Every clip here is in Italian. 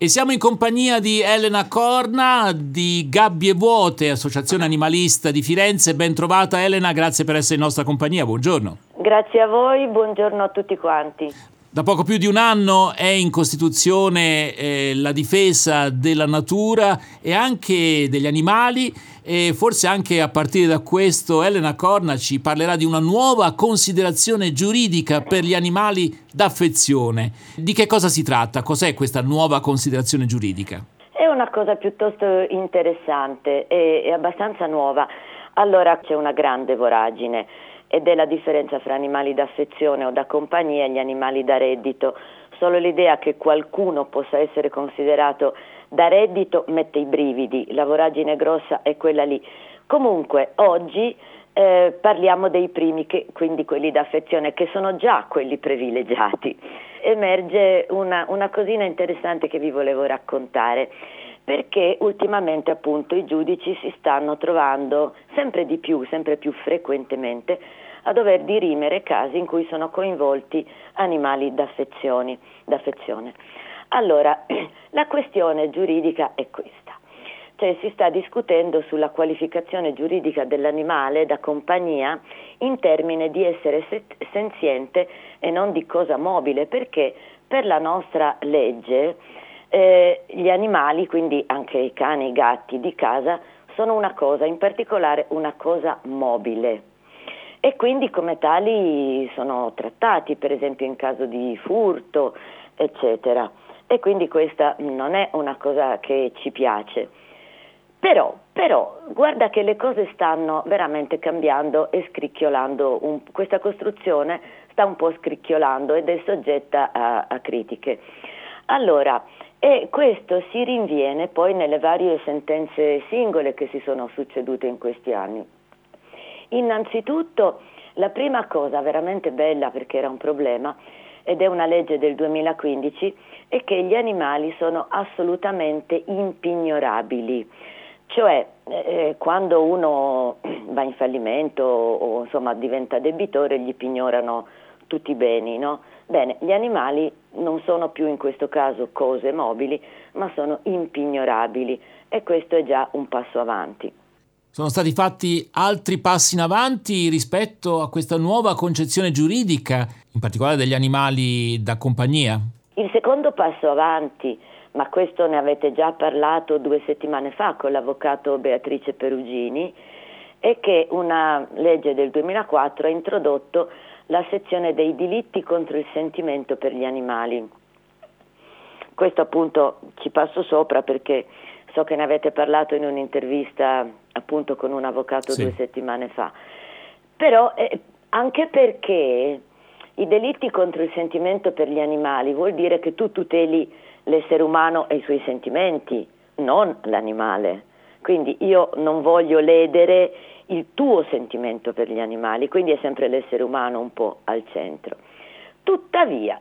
E siamo in compagnia di Elena Corna di Gabbie Vuote, Associazione Animalista di Firenze. Ben trovata Elena, grazie per essere in nostra compagnia, buongiorno. Grazie a voi, buongiorno a tutti quanti. Da poco più di un anno è in Costituzione la difesa della natura e anche degli animali, e forse anche a partire da questo Elena Corna ci parlerà di una nuova considerazione giuridica per gli animali d'affezione. Di che cosa si tratta? Cos'è questa nuova considerazione giuridica? È una cosa piuttosto interessante e abbastanza nuova. Allora, c'è una grande voragine ed è la differenza fra animali d'affezione o da compagnia e gli animali da reddito. Solo l'idea che qualcuno possa essere considerato da reddito mette i brividi, la voragine grossa è quella lì. Comunque oggi parliamo dei primi, quindi quelli d'affezione, che sono già quelli privilegiati. Emerge una cosina interessante che vi volevo raccontare, perché ultimamente appunto i giudici si stanno trovando sempre di più, sempre più frequentemente a dover dirimere casi in cui sono coinvolti animali d'affezione. Allora, la questione giuridica è questa, cioè si sta discutendo sulla qualificazione giuridica dell'animale da compagnia in termini di essere senziente e non di cosa mobile, perché per la nostra legge gli animali, quindi anche i cani e i gatti di casa, sono una cosa, in particolare una cosa mobile. E quindi come tali sono trattati, per esempio in caso di furto, eccetera. E quindi questa non è una cosa che ci piace. Però, guarda che le cose stanno veramente cambiando e scricchiolando. Questa costruzione sta un po' scricchiolando ed è soggetta a critiche. Allora, e questo si rinviene poi nelle varie sentenze singole che si sono succedute in questi anni. Innanzitutto, la prima cosa veramente bella, perché era un problema, ed è una legge del 2015, è che gli animali sono assolutamente impignorabili. Cioè, quando uno va in fallimento o insomma diventa debitore, gli pignorano tutti i beni, no? Bene, gli animali non sono più in questo caso cose mobili, ma sono impignorabili, e questo è già un passo avanti. Sono stati fatti altri passi in avanti rispetto a questa nuova concezione giuridica, in particolare degli animali da compagnia? Il secondo passo avanti, ma questo ne avete già parlato 2 settimane fa con l'avvocato Beatrice Perugini, è che una legge del 2004 ha introdotto la sezione dei delitti contro il sentimento per gli animali. Questo appunto ci passo sopra perché so che ne avete parlato in un'intervista appunto con un avvocato sì, 2 settimane fa. Però anche perché i delitti contro il sentimento per gli animali vuol dire che tu tuteli l'essere umano e i suoi sentimenti, non l'animale. Quindi io non voglio ledere il tuo sentimento per gli animali, quindi è sempre l'essere umano un po' al centro. Tuttavia,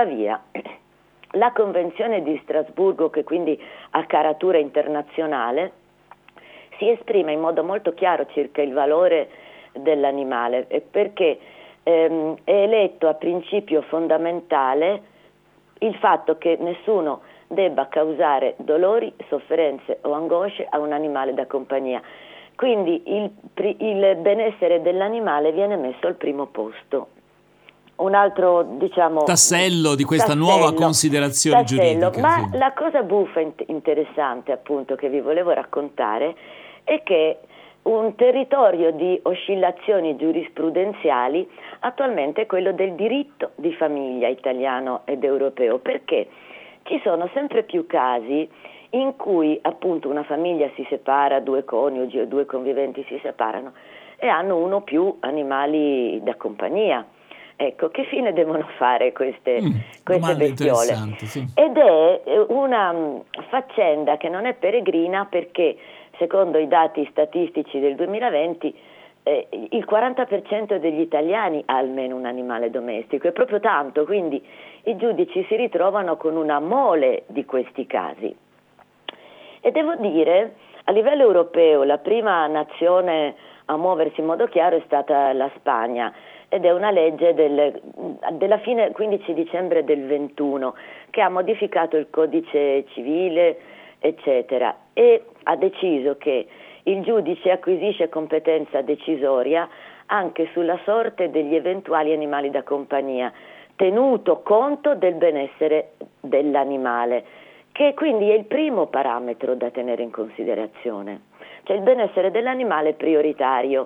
la Convenzione di Strasburgo, che quindi ha caratura internazionale, si esprime in modo molto chiaro circa il valore dell'animale, perché è eletto a principio fondamentale il fatto che nessuno debba causare dolori, sofferenze o angosce a un animale da compagnia. Quindi il benessere dell'animale viene messo al primo posto. Un altro, tassello di questa nuova considerazione giuridica. Ma sì, la cosa buffa e interessante appunto che vi volevo raccontare è che un territorio di oscillazioni giurisprudenziali attualmente è quello del diritto di famiglia italiano ed europeo, perché ci sono sempre più casi in cui appunto una famiglia si separa, 2 coniugi o 2 conviventi si separano e hanno uno o più animali da compagnia. Ecco, che fine devono fare queste bestiole? Sì. Ed è una faccenda che non è peregrina, perché secondo i dati statistici del 2020 il 40% degli italiani ha almeno un animale domestico, è proprio tanto, quindi i giudici si ritrovano con una mole di questi casi. E devo dire, a livello europeo, la prima nazione a muoversi in modo chiaro è stata la Spagna, ed è una legge della fine 15 dicembre del 21, che ha modificato il codice civile, eccetera, e ha deciso che il giudice acquisisce competenza decisoria anche sulla sorte degli eventuali animali da compagnia, tenuto conto del benessere dell'animale, che quindi è il primo parametro da tenere in considerazione. Cioè il benessere dell'animale è prioritario.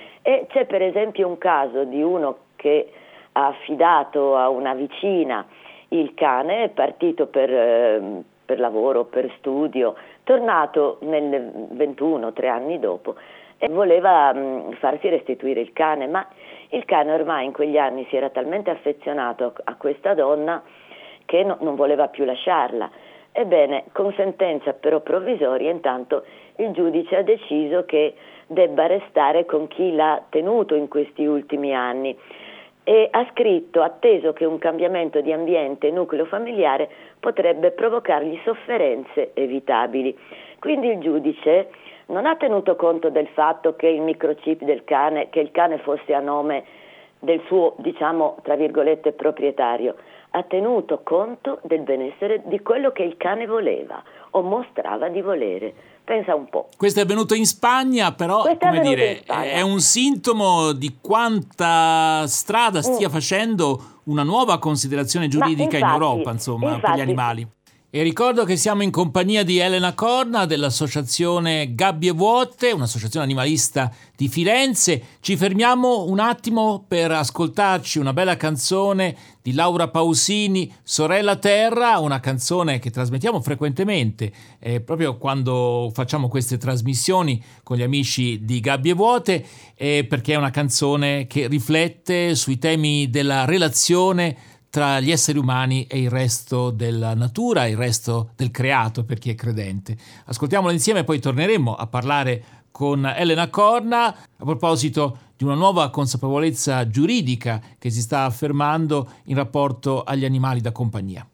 E c'è per esempio un caso di uno che ha affidato a una vicina il cane, è partito per lavoro, per studio, tornato nel 21, 3 anni dopo, e voleva farsi restituire il cane, ma il cane ormai in quegli anni si era talmente affezionato a questa donna che non voleva più lasciarla. Ebbene, con sentenza però provvisoria, intanto il giudice ha deciso che debba restare con chi l'ha tenuto in questi ultimi anni e ha scritto, atteso che un cambiamento di ambiente e nucleo familiare potrebbe provocargli sofferenze evitabili. Quindi il giudice non ha tenuto conto del fatto che il microchip del cane, che il cane fosse a nome del suo, diciamo, tra virgolette, proprietario, ha tenuto conto del benessere di quello che il cane voleva o mostrava di volere. Pensa un po'. Questo è avvenuto in Spagna, però, come dire, è un sintomo di quanta strada stia facendo una nuova considerazione giuridica in Europa, insomma, per gli animali. E ricordo che siamo in compagnia di Elena Corna dell'associazione Gabbie Vuote, un'associazione animalista di Firenze. Ci fermiamo un attimo per ascoltarci una bella canzone di Laura Pausini, Sorella Terra, una canzone che trasmettiamo frequentemente, proprio quando facciamo queste trasmissioni con gli amici di Gabbie Vuote, perché è una canzone che riflette sui temi della relazione tra gli esseri umani e il resto della natura, il resto del creato per chi è credente. Ascoltiamola insieme e poi torneremo a parlare con Elena Corna a proposito di una nuova consapevolezza giuridica che si sta affermando in rapporto agli animali da compagnia.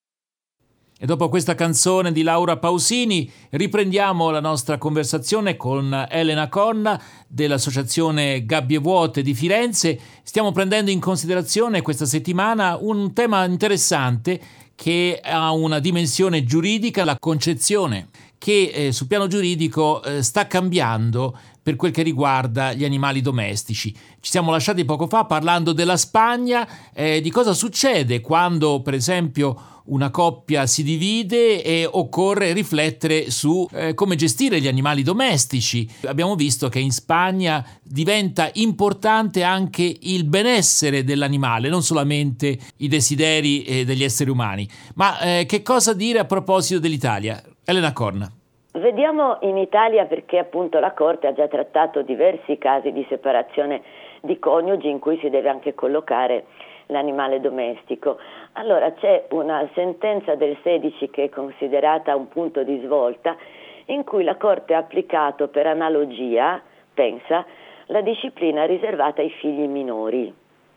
E dopo questa canzone di Laura Pausini riprendiamo la nostra conversazione con Elena Corna dell'associazione Gabbie Vuote di Firenze. Stiamo prendendo in considerazione questa settimana un tema interessante che ha una dimensione giuridica, la concezione che sul piano giuridico sta cambiando per quel che riguarda gli animali domestici. Ci siamo lasciati poco fa parlando della Spagna, di cosa succede quando, per esempio, una coppia si divide e occorre riflettere su come gestire gli animali domestici. Abbiamo visto che in Spagna diventa importante anche il benessere dell'animale, non solamente i desideri degli esseri umani. Ma che cosa dire a proposito dell'Italia? Elena Corna. Vediamo in Italia, perché appunto la Corte ha già trattato diversi casi di separazione di coniugi in cui si deve anche collocare l'animale domestico. Allora c'è una sentenza del 16 che è considerata un punto di svolta, in cui la Corte ha applicato per analogia, pensa, la disciplina riservata ai figli minori.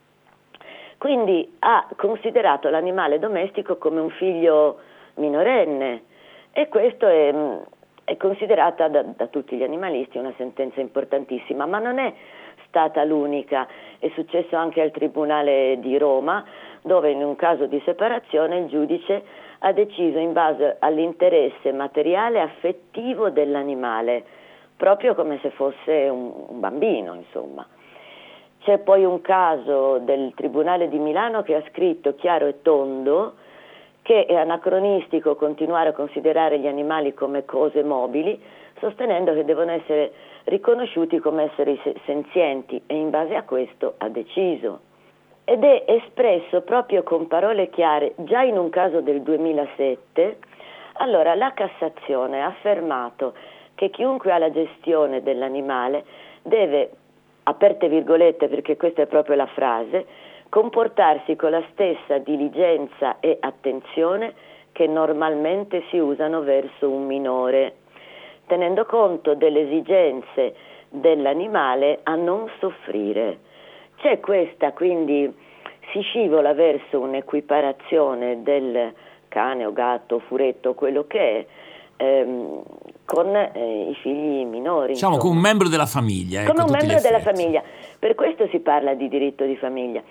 Quindi ha considerato l'animale domestico come un figlio minorenne, e questo è considerata da tutti gli animalisti una sentenza importantissima, ma non è stata l'unica. È successo anche al Tribunale di Roma, dove in un caso di separazione il giudice ha deciso in base all'interesse materiale e affettivo dell'animale, proprio come se fosse un bambino, insomma. C'è poi un caso del Tribunale di Milano che ha scritto chiaro e tondo che è anacronistico continuare a considerare gli animali come cose mobili, sostenendo che devono essere riconosciuti come esseri senzienti, e in base a questo ha deciso. Ed è espresso proprio con parole chiare già in un caso del 2007. Allora la Cassazione ha affermato che chiunque ha la gestione dell'animale deve, aperte virgolette perché questa è proprio la frase, comportarsi con la stessa diligenza e attenzione che normalmente si usano verso un minore, tenendo conto delle esigenze dell'animale a non soffrire. C'è questa, quindi si scivola verso un'equiparazione del cane o gatto, furetto, quello che è, con i figli minori. Diciamo come un membro della famiglia. Come un membro della famiglia. Per questo si parla di diritto di famiglia.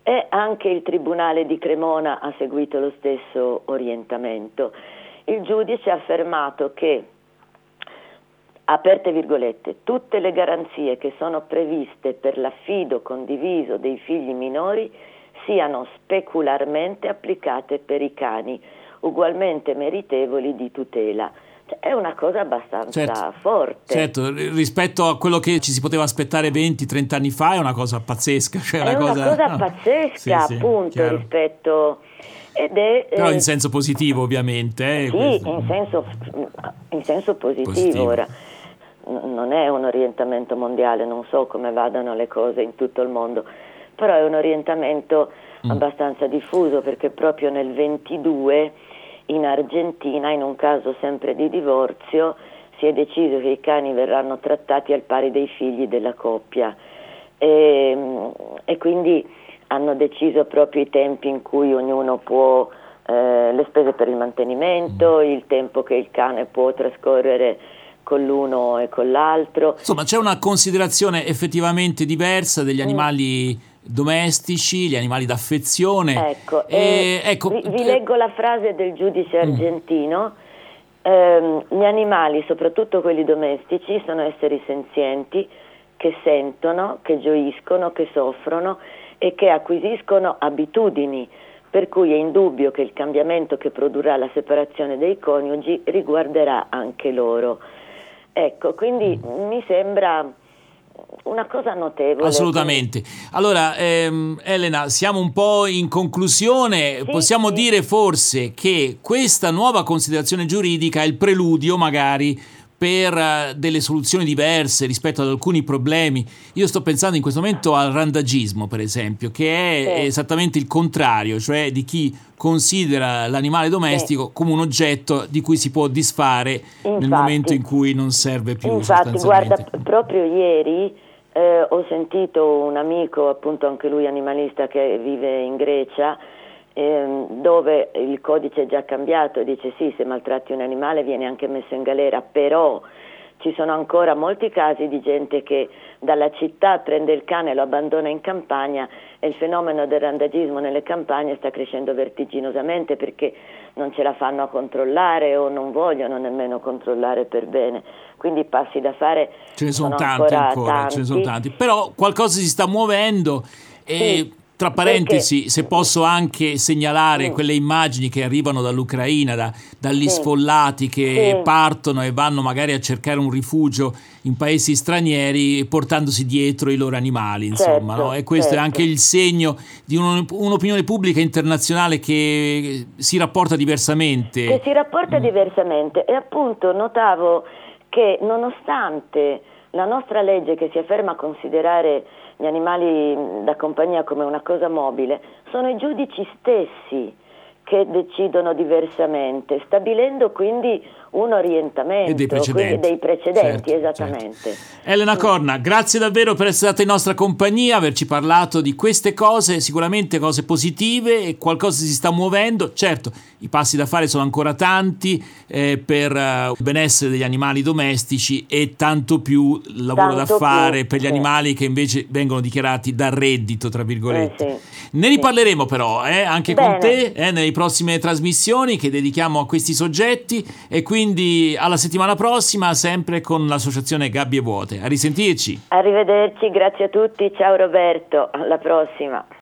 e anche il Tribunale di Cremona ha seguito lo stesso orientamento. Il giudice ha affermato che, aperte virgolette, tutte le garanzie che sono previste per l'affido condiviso dei figli minori siano specularmente applicate per i cani, ugualmente meritevoli di tutela. Cioè, è una cosa abbastanza forte. Certo, rispetto a quello che ci si poteva aspettare 20-30 anni fa è una cosa pazzesca. Cioè è una cosa pazzesca, sì, appunto, chiaro. Rispetto... Però in senso positivo, ovviamente. Sì, in senso positivo. Ora, non è un orientamento mondiale, non so come vadano le cose in tutto il mondo, però è un orientamento abbastanza diffuso, perché proprio nel 22 in Argentina, in un caso sempre di divorzio, si è deciso che i cani verranno trattati al pari dei figli della coppia e quindi hanno deciso proprio i tempi in cui ognuno può, le spese per il mantenimento, il tempo che il cane può trascorrere con l'uno e con l'altro. Insomma, c'è una considerazione effettivamente diversa degli animali domestici, gli animali d'affezione. Ecco, vi leggo la frase del giudice argentino. Gli animali, soprattutto quelli domestici, sono esseri senzienti che sentono, che gioiscono, che soffrono e che acquisiscono abitudini, per cui è indubbio che il cambiamento che produrrà la separazione dei coniugi riguarderà anche loro. Ecco, quindi mi sembra una cosa notevole. Assolutamente. Allora, Elena, siamo un po' in conclusione. Possiamo dire forse che questa nuova considerazione giuridica è il preludio magari per delle soluzioni diverse rispetto ad alcuni problemi. Io sto pensando in questo momento al randagismo, per esempio, che è esattamente il contrario, cioè di chi considera l'animale domestico come un oggetto di cui si può disfare nel momento in cui non serve più. Infatti, guarda, proprio ieri ho sentito un amico, appunto anche lui animalista, che vive in Grecia, dove il codice è già cambiato e dice sì, se maltratti un animale viene anche messo in galera, però ci sono ancora molti casi di gente che dalla città prende il cane e lo abbandona in campagna, e il fenomeno del randagismo nelle campagne sta crescendo vertiginosamente perché non ce la fanno a controllare o non vogliono nemmeno controllare per bene. Quindi passi da fare ce ne sono tanti ancora. Ce ne sono tanti, però qualcosa si sta muovendo e tra parentesi, se posso anche segnalare quelle immagini che arrivano dall'Ucraina, dagli sfollati che partono e vanno magari a cercare un rifugio in paesi stranieri portandosi dietro i loro animali, insomma, no? E questo è anche il segno di un'opinione pubblica internazionale che si rapporta diversamente. E appunto notavo che nonostante la nostra legge, che si afferma a considerare gli animali da compagnia come una cosa mobile, sono i giudici stessi che decidono diversamente, stabilendo quindi un orientamento dei precedenti, esattamente. Certo. Elena Corna, grazie davvero per essere stata in nostra compagnia, averci parlato di queste cose, sicuramente cose positive, e qualcosa si sta muovendo. Certo, i passi da fare sono ancora tanti per il benessere degli animali domestici, e tanto più lavoro da fare per gli animali che invece vengono dichiarati da reddito, tra virgolette. Ne riparleremo però anche con te nelle prossime trasmissioni che dedichiamo a questi soggetti, e quindi alla settimana prossima, sempre con l'associazione Gabbie Vuote. A risentirci. Arrivederci, grazie a tutti, ciao Roberto, alla prossima.